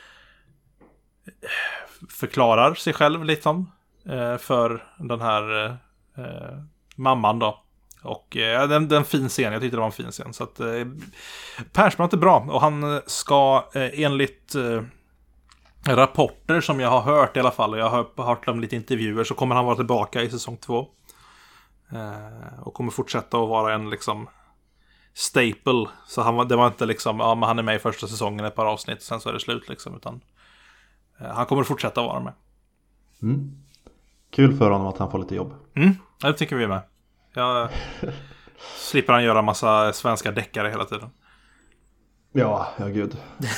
förklarar sig själv liksom för den här mamman då. Och det är en fin scen, jag tyckte det var en fin scen. Så att Persbrandt är bra, och han ska enligt rapporter som jag har hört i alla fall, och jag har hört om lite intervjuer, så kommer han vara tillbaka i säsong 2. Och kommer fortsätta att vara en liksom staple. Så det var inte liksom, ja, men han är med i första säsongen ett par avsnitt, sen så är det slut liksom, utan han kommer fortsätta att vara med. Kul för honom att han får lite jobb. Det tycker vi med. Jag slipper han göra massa svenska deckare hela tiden. Ja gud.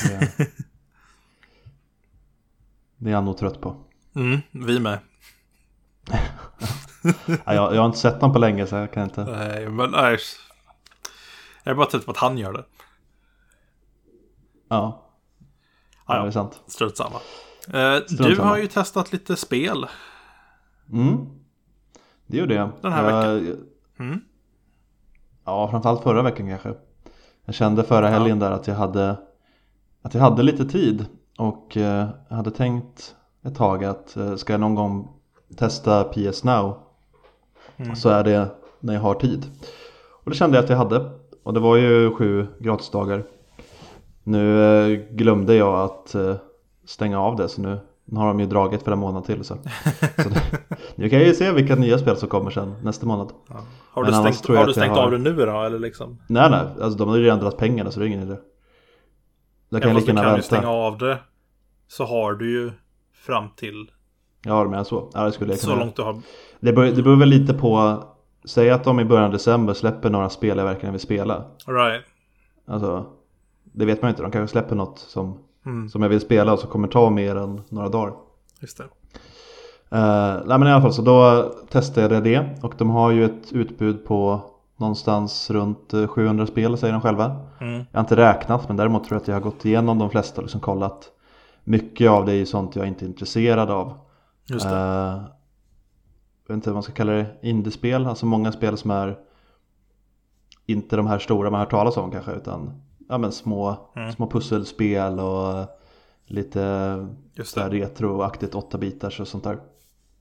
Det är han nog trött på. Vi med. Jag har inte sett honom på länge, så jag kan inte. Nej, men nej. Jag är bara trött på att han gör det. Ja, det är sant. Strunt samma. Du har ju testat lite spel. Det gjorde jag. Den här veckan. Ja, framförallt förra veckan kanske. Jag kände förra helgen där att jag hade lite tid. Och hade tänkt ett tag att ska jag någon gång testa PS Now, så är det när jag har tid. Och det kände jag att jag hade. Och det var ju 7 gratisdagar. Nu glömde jag att stänga av det, så nu har de ju dragit för en månad till. Så nu kan jag ju se vilka nya spel som kommer sen nästa månad. Ja. Har du stängt av det nu då? Eller liksom? Nej, alltså de har ju redan dragit pengarna, så det är ingen idé. Då kan du kan ju stänga av det, så har du ju fram till... Ja, men så. Ja, det skulle jag kunna. Så långt du har... Det beror väl lite på... Säg att de i början av december släpper några spel jag verkligen vill spela. Right. Alltså, det vet man inte. De kanske släpper något som jag vill spela och så kommer ta mer än några dagar. Just det. Nej, men i alla fall så då testade jag det. Och de har ju ett utbud på någonstans runt 700 spel, säger de själva. Jag har inte räknat, men däremot tror jag att jag har gått igenom de flesta och liksom kollat. Mycket av det är ju sånt jag inte är intresserad av. Just det. Jag vet inte vad man ska kalla det, indiespel. Alltså många spel som är inte de här stora man har hört talas om kanske, utan små pusselspel och lite så här retroaktigt 8-bitars och sånt där.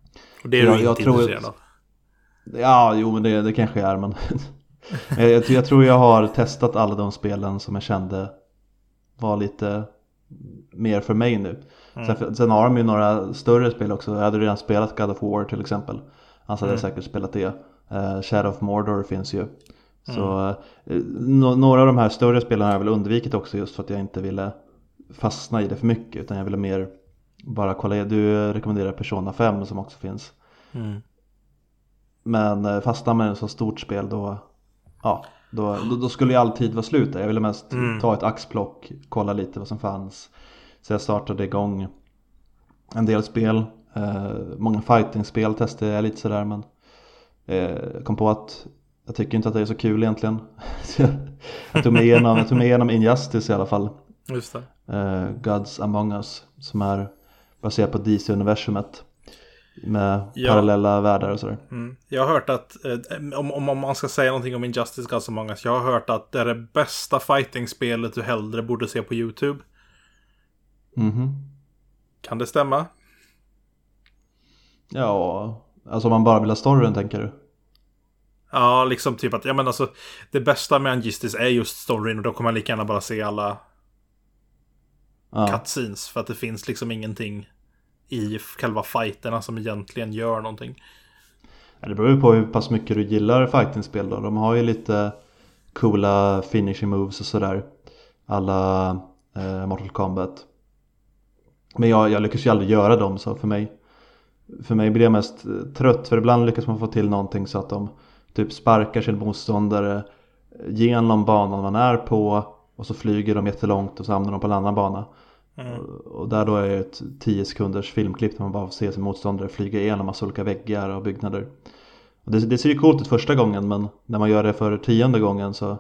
Och det är du inte intresserad av? Ja, jo men det kanske är, men jag tror jag har testat alla de spelen som jag kände var lite mer för mig nu. Sen har de ju några större spel också. Jag hade redan spelat God of War till exempel. Alltså hade jag säkert spelat det. Shadow of Mordor finns ju. Så några av de här större spelen har jag väl undvikit också, just för att jag inte ville fastna i det för mycket, utan jag ville mer bara kolla. Du rekommenderar Persona 5 som också finns. Men fastna med en så stort spel då skulle ju all tid vara slut där. Jag ville mest ta ett axplock, kolla lite vad som fanns. Så jag startade igång en del spel. Många fighting-spel testade jag lite sådär, men kom på att jag tycker inte att det är så kul egentligen. Så jag tog mig igenom Injustice i alla fall. Just det. Gods Among Us, som är baserat på DC-universumet med parallella världar och sådär. Jag har hört att om man ska säga någonting om Injustice Gods Among Us, jag har hört att det är det bästa fighting-spelet du hellre borde se på YouTube. Kan det stämma? Ja, alltså om man bara vill ha storyn, tänker du? Ja, liksom typ att alltså, det bästa med Injustice är just storyn, och då kommer man lika gärna bara se alla cutscenes, för att det finns liksom ingenting i själva fighterna som egentligen gör någonting. Ja, det beror ju på hur pass mycket du gillar fighting-spel då. De har ju lite coola finishing moves och sådär, alla Mortal Kombat. Men jag lyckas ju aldrig göra dem, så för mig blir jag mest trött, för ibland lyckas man få till någonting så att de typ sparkar sin motståndare genom banan man är på, och så flyger de jättelångt och så hamnar de på en annan bana. Och där då är det ett 10 sekunders filmklipp där man bara får se sin motståndare flyga igenom massa olika väggar och byggnader. Och det ser ju coolt ut första gången, men när man gör det för 10:e gången så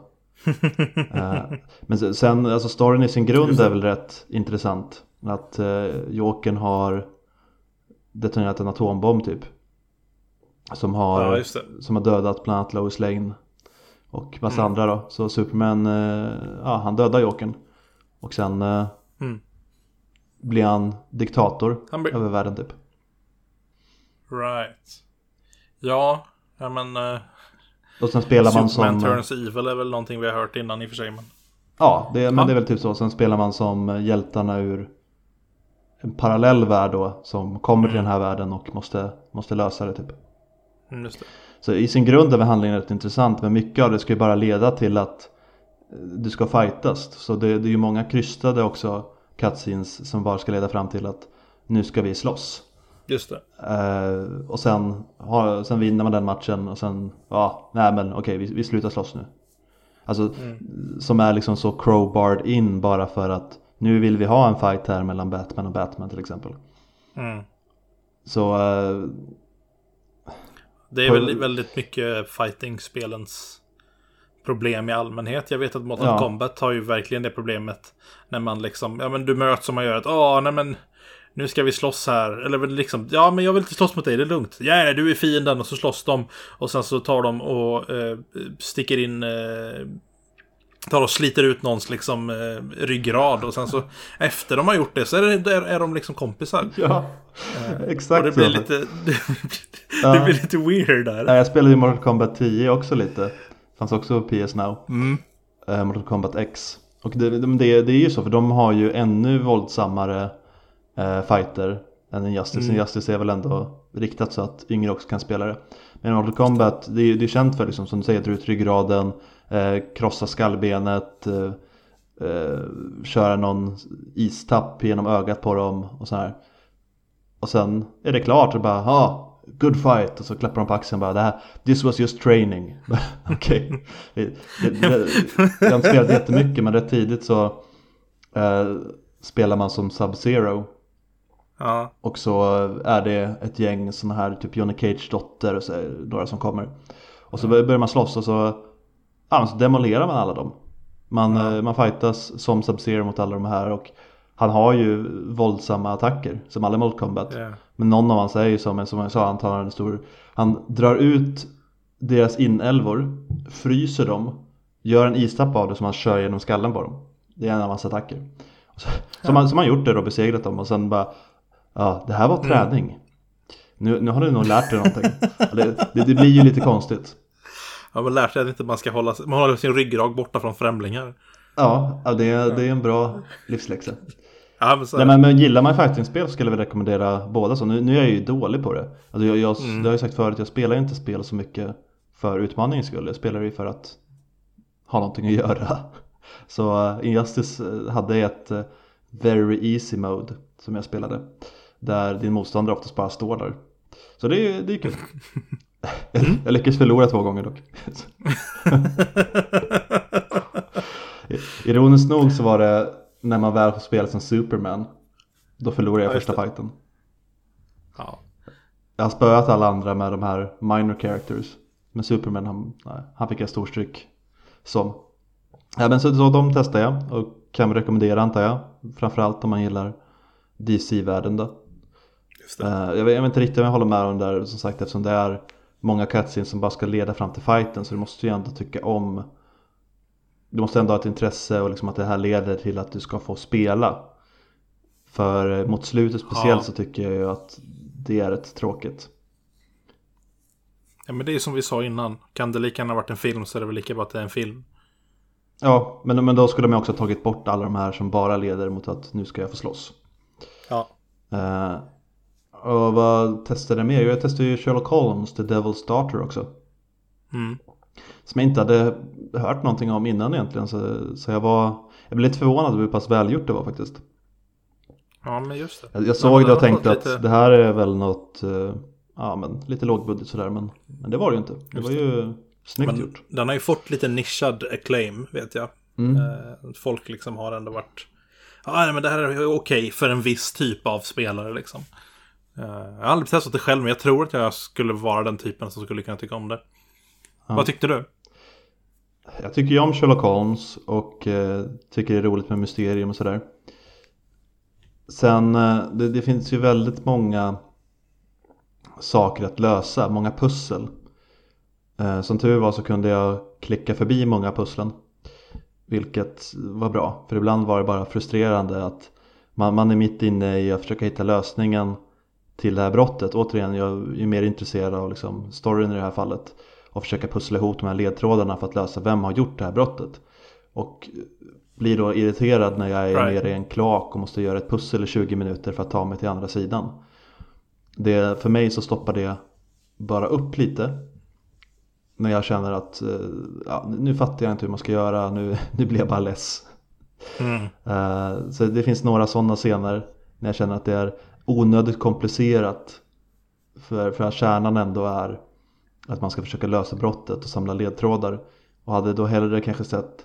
men sen, alltså storyn i sin grund är väl rätt intressant. Att Jokern har detonerat en atombomb typ, som har dödat bland annat Lois Lane och massa andra då. Så Superman, han dödar Jokern, och sen blir han diktator över världen typ. Right. Ja, men och sen spelar man Superman Turns Evil är väl någonting vi har hört innan i och för sig, men ja, det är väl typ så. Sen spelar man som hjältarna ur en parallell värld då, som kommer till den här världen och måste lösa det typ. Just det. Så i sin grund är behandlingen rätt intressant, men mycket av det ska ju bara leda till att du ska fightas. Så det är ju många krystade också cutscenes som bara ska leda fram till att nu ska vi slåss. Just det. Och sen vinner man den matchen, och sen vi slutar slåss nu. Alltså som är liksom så crowbarred in bara för att nu vill vi ha en fight här mellan Batman och Batman till exempel. Så det är väl väldigt mycket fighting-spelens problem i allmänhet. Jag vet att Mortal Kombat har ju verkligen det problemet när man liksom, men du möts som man gör att nu ska vi slåss här, eller liksom, men jag vill inte slåss mot dig, det är lugnt. Ja, du är fienden, och så slåss de, och sen så tar de och sticker in tar och sliter ut någons liksom ryggrad, och sen så efter de har gjort det så är de liksom kompisar. Ja, exakt. Och det blir lite det blir lite weird där. Ja, jag spelade ju Mortal Kombat 10 också lite. Fanns också på PS Now. Mortal Kombat X. Och det är ju så, för de har ju ännu våldsammare fighter än Injustice. Injustice är väl ändå riktat så att yngre också kan spela det. Men Mortal Kombat, det är känt för liksom, som du säger, dra ut ryggraden, krossa skallbenet, köra någon istapp genom ögat på dem och så här. Och sen är det klart och bara, good fight, och så klappar de på axeln och bara, this was just training. Okej. Jag har inte spelat jättemycket, men rätt tidigt så spelar man som Sub-Zero. Ja. Och så är det ett gäng såna här typ Johnny Cage dotter och så är det några som kommer. Och så börjar man slåss, och så demolerar man alla dem. Man fightas som Sub-Zero mot alla de här, och han har ju våldsamma attacker som alla Mortal Kombat. Men någon av dem säger som jag sa, han drar ut deras inälvor, fryser dem, gör en istapp av det som han kör genom skallen på dem. Det är en av hans attacker. Som han gjort det och besegrat dem, och sen bara, det här var träning. Nu har du nog lärt dig någonting. Det blir ju lite konstigt. Ja, man lär sig att inte man ska hålla sin ryggrad borta från främlingar. Ja, det är en bra livsläxa. Ja, men gillar man fighting-spel så skulle jag rekommendera båda. Så nu är jag ju dålig på det. Alltså det har jag sagt förut, jag spelar inte spel så mycket för utmaningens skull. Jag spelar ju för att ha någonting att göra. Så Injustice hade ett very easy mode som jag spelade. Där din motståndare oftast bara står där. Så det är kul. Jag lyckades förlora 2 gånger dock. Ironiskt nog så var det när man väl får spela som Superman. Då förlorade jag första fighten. Ja. Jag har spöat alla andra med de här minor characters. Men Superman, han fick jag storstryck som. Ja, men så de testar jag och kan rekommendera, antar jag. Framförallt om man gillar DC-världen då. Just det. Jag vet inte riktigt om jag håller med om det där, som sagt, eftersom det är många cutscenes som bara ska leda fram till fighten. Så du måste ju ändå tycka om. Du måste ändå ha ett intresse och liksom att det här leder till att du ska få spela. För mot slutet speciellt så tycker jag ju att det är rätt tråkigt. Ja, men det är som vi sa innan. Kan det lika gärna varit en film så är det väl lika bra att det är en film. Ja, men då skulle man också ha tagit bort alla de här som bara leder mot att nu ska jag få slåss. Ja. Och vad testade jag mer? Jag testade ju Sherlock Holmes, The Devil's Daughter också. Som jag inte hade hört någonting om innan egentligen. Så jag blev lite förvånad över hur pass välgjort det var faktiskt. Ja, men just det. Jag såg det och tänkte att det här är väl något lite lågbudget sådär. Men det var det ju inte. Det var ju snyggt gjort. Den har ju fått lite nischad acclaim, vet jag. Folk liksom har ändå varit... Ja, men det här är okej för en viss typ av spelare liksom. Jag har aldrig testat det själv, men jag tror att jag skulle vara den typen som skulle kunna tycka om det. Ja. Vad tyckte du? Jag tycker ju om Sherlock Holmes och tycker det är roligt med mysterium och sådär. Sen, det finns ju väldigt många saker att lösa, många pussel. Som tur var så kunde jag klicka förbi många pusslen. Vilket var bra, för ibland var det bara frustrerande att man är mitt inne i att försöka hitta lösningen till det här brottet. Återigen, jag är mer intresserad av liksom storyn i det här fallet. Och försöka pussla ihop de här ledtrådarna för att lösa vem har gjort det här brottet. Och blir då irriterad när jag är nere i en kloak och måste göra ett pussel i 20 minuter för att ta mig till andra sidan. För mig så stoppar det bara upp lite. När jag känner att nu fattar jag inte hur man ska göra, nu blir jag bara less. Så det finns några sådana scener när jag känner att det är onödigt komplicerat. För att kärnan ändå är att man ska försöka lösa brottet och samla ledtrådar. Och hade då hellre kanske sett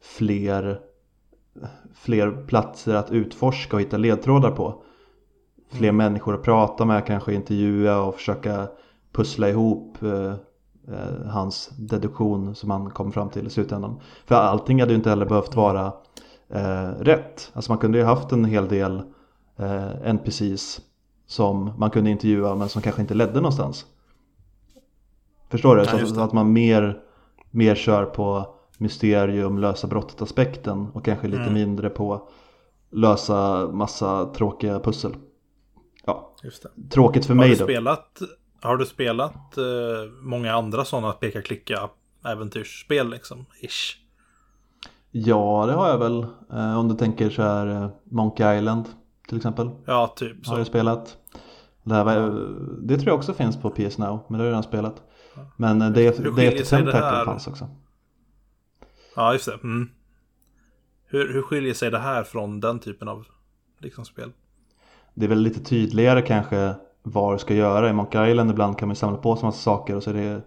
fler platser att utforska och hitta ledtrådar på. Fler människor att prata med, kanske intervjua och försöka pussla ihop hans deduktion som han kom fram till i slutändan. För allting hade ju inte heller behövt vara rätt. Alltså man kunde ju haft en hel del NPCs som man kunde intervjua men som kanske inte ledde någonstans. Förstår du? Så att man mer kör på mysterium, lösa brottet aspekten och kanske lite mindre på lösa massa tråkiga pussel. Ja, just det. Tråkigt för mig då. Har du spelat många andra sådana peka-klicka äventyrsspel liksom? Ish. Ja, det har jag väl. Om du tänker så här Monkey Island till exempel. Ja, typ så. Har jag spelat. Det tror jag också finns på PS Now, men det har jag redan spelat. Men det är ett Tentacle fanns också. Ja, just det. Hur skiljer sig det här från den typen av liksom spel? Det är väl lite tydligare kanske vad du ska göra. I Monkey Island ibland kan man samla på sig massa saker och så är det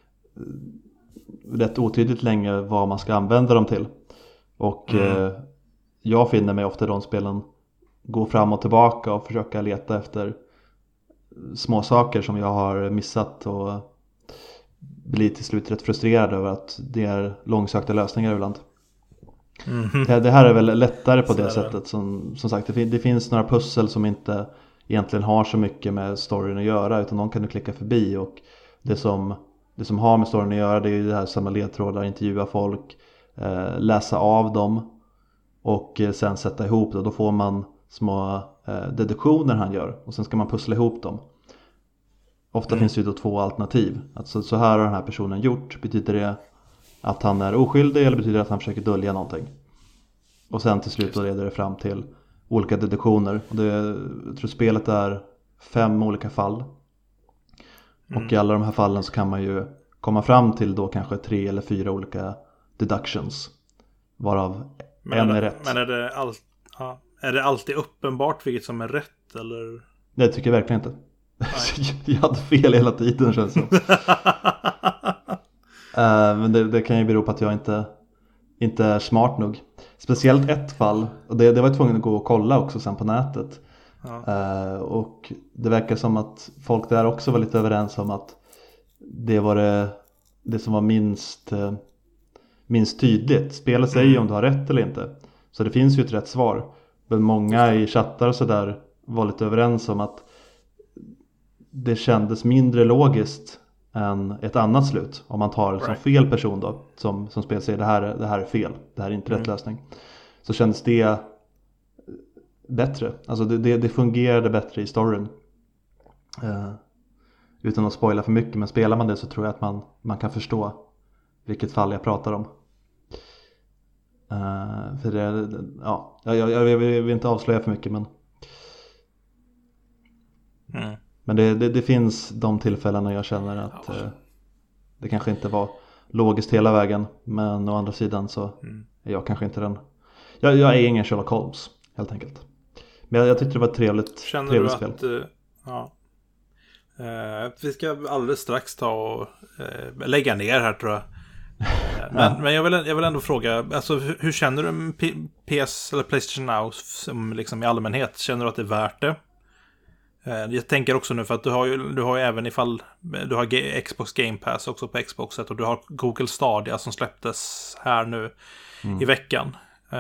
rätt otydligt länge vad man ska använda dem till. Och jag finner mig ofta i de spelen gå fram och tillbaka och försöka leta efter små saker som jag har missat och blir till slut rätt frustrerad över att det är långsökta lösningar ibland. Det här är väl lättare på det sättet. Som sagt, det finns några pussel som inte egentligen har så mycket med storyn att göra, utan de kan du klicka förbi. Och det som har med storyn att göra, det är ju det här samma ledtrådar, intervjua folk, läsa av dem och sen sätta ihop det. Då får man små deduktioner han gör och sen ska man pussla ihop dem. ofta finns det ju då två alternativ. Alltså så här har den här personen gjort. Betyder det att han är oskyldig eller betyder det att han försöker dölja någonting? Och sen till slut då leder det fram till olika deduktioner. Och jag tror spelet är 5 olika fall. Och i alla de här fallen så kan man ju komma fram till då kanske 3 eller 4 olika deductions. Varav en är rätt. Men är det alltid uppenbart vilket som är rätt eller? Nej, det tycker jag verkligen inte. Jag hade fel hela tiden, känns det. Men det kan ju bero på att jag inte är smart nog. Speciellt ett fall, och det var jag tvungen att gå och kolla också sen på nätet. Och det verkar som att folk där också var lite överens om att det var det som var minst tydligt. Spelet säger ju om du har rätt eller inte. Så det finns ju ett rätt svar. Men många i chattar och sådär var lite överens om att det kändes mindre logiskt än ett annat slut. Om man tar liksom fel person då, som spelet säger det här är fel, det här är inte rätt lösning. Så kändes det bättre. Alltså det fungerade bättre i storyn. Utan att spoila för mycket, men spelar man det så tror jag att man kan förstå vilket fall jag pratar om. För det, ja, jag vill inte avslöja för mycket, men det finns de tillfällena jag känner att det kanske inte var logiskt hela vägen. Men å andra sidan så är jag kanske inte den. Jag är ingen Sherlock Holmes helt enkelt. Men jag tyckte det var ett trevligt spel. Vi ska alldeles strax ta och lägga ner här, tror jag. Men jag vill ändå fråga, alltså, hur känner du om PS eller PlayStation Now som liksom i allmänhet? Känner du att det är värt det? Jag tänker också nu, för att du har ju även ifall du har Xbox Game Pass också på Xboxet, och du har Google Stadia som släpptes här nu i veckan.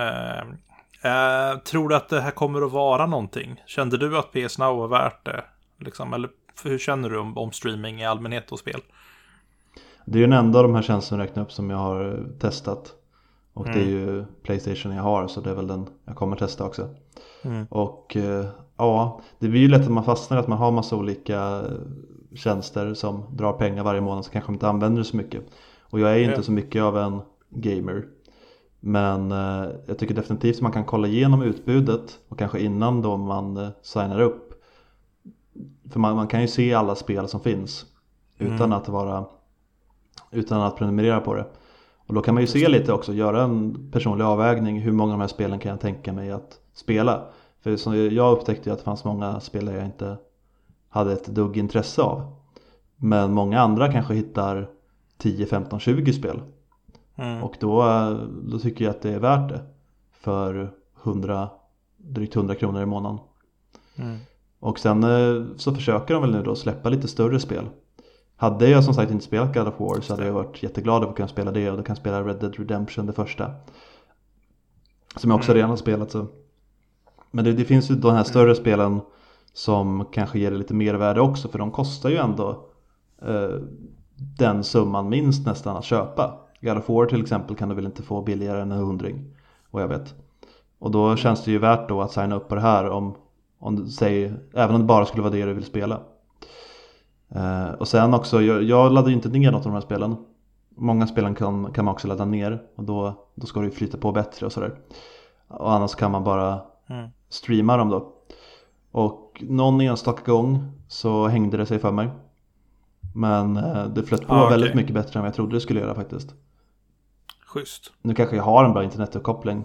Tror du att det här kommer att vara någonting? Kände du att PS Now var värt det? Liksom, eller hur känner du om streaming i allmänhet och spel? Det är ju en enda av de här tjänsterna räkna upp som jag har testat. Och det är ju PlayStation jag har, så det är väl den jag kommer testa också. Och ja, det blir ju lätt att man fastnar att man har massa olika tjänster som drar pengar varje månad, så kanske man inte använder det så mycket. Och jag är inte så mycket av en gamer. Men jag tycker definitivt att man kan kolla igenom utbudet, och kanske innan då man signar upp. För man kan ju se alla spel som finns utan att prenumerera på det. Och då kan man ju se lite också, göra en personlig avvägning. Hur många av de här spelen kan jag tänka mig att spela? För som jag upptäckte att det fanns många spel jag inte hade ett dugg intresse av. Men många andra kanske hittar 10, 15, 20 spel. Och då tycker jag att det är värt det. För drygt 100 kronor i månaden. Och sen så försöker de väl nu då släppa lite större spel. Hade jag som sagt inte spelat God of War så hade jag varit jätteglad att kunna spela det. Och då kan spela Red Dead Redemption, det första. Som jag också redan har spelat. Så. Men det finns ju de här större spelen som kanske ger det lite mer värde också. För de kostar ju ändå den summan minst nästan att köpa. God of War till exempel kan du väl inte få billigare än 100, vad jag vet. Och då känns det ju värt då att signa upp på det här om du säger, även om det bara skulle vara det du vill spela. Och sen också, jag laddar ju inte ner något av de här spelen. Många spelen kan man också ladda ner. Och då ska det ju flyta på bättre och sådär. Och annars kan man bara streama dem då. Och någon enstaka gång så hängde det sig för mig. Men det flöt på väldigt mycket bättre än vad jag trodde det skulle göra faktiskt. Schysst. Nu kanske jag har en bra internetuppkoppling.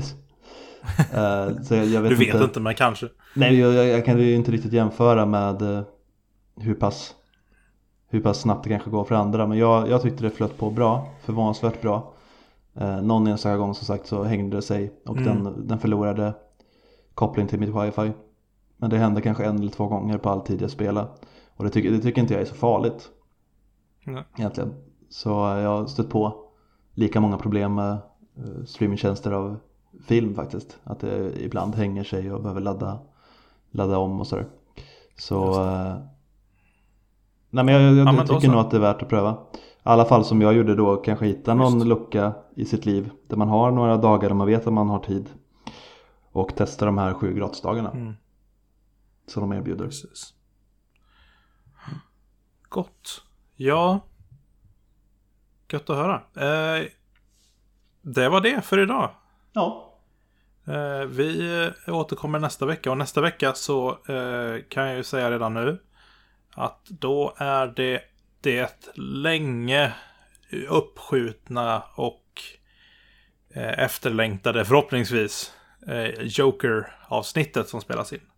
Så jag vet du vet inte, men kanske. Nej, jag kan ju inte riktigt jämföra med hur pass snabbt det kanske går för andra. Men jag tyckte det flöt på bra, förvånansvärt bra. Någon enstaka gång som sagt så hängde det sig. Och den förlorade koppling till mitt wifi. Men det hände kanske 1 eller 2 gånger på all tid jag spelade. Och det tycker inte jag är så farligt. Egentligen. Så jag har stött på lika många problem med streamingtjänster av film faktiskt. Att det ibland hänger sig och behöver ladda om och sådär. Så nej, men jag tycker nog att det är värt att pröva. I alla fall som jag gjorde då, kanske hitta någon lucka i sitt liv där man har några dagar där man vet att man har tid. Och testa de här 7 gratisdagarna som de erbjuder. Precis. Gott. Ja. Gött att höra. Det var det för idag. Ja. Vi återkommer nästa vecka. Och nästa vecka så kan jag ju säga redan nu att då är det länge uppskjutna och efterlängtade, förhoppningsvis, Joker-avsnittet som spelas in.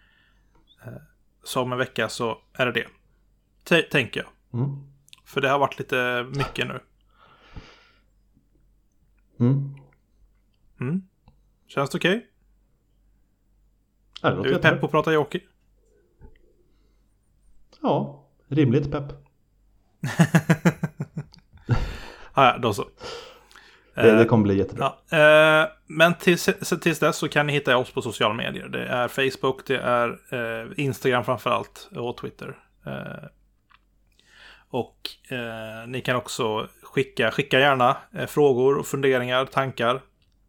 Så om en vecka så är det tänker jag. För det har varit lite mycket nu. Känns det okej? Är du pepp på att prata Joker? Ja, rimligt pepp. Ja, då så. Det kommer bli jättebra. Ja, men tills dess så kan ni hitta oss på sociala medier. Det är Facebook, det är Instagram framförallt och Twitter. Och ni kan också skicka gärna frågor och funderingar, tankar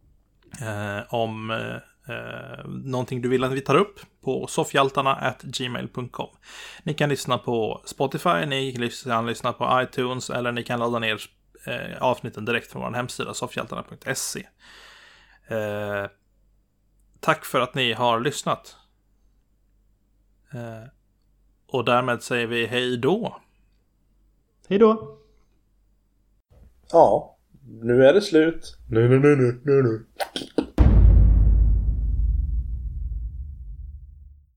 om någonting du vill att vi tar upp på soffhjaltarna@gmail.com. Ni kan lyssna på Spotify, ni kan lyssna på iTunes eller ni kan ladda ner avsnitten direkt från vår hemsida soffhjaltarna.se. Tack för att ni har lyssnat. Och därmed säger vi hej då. Hej då. Ja, nu är det slut. Nu.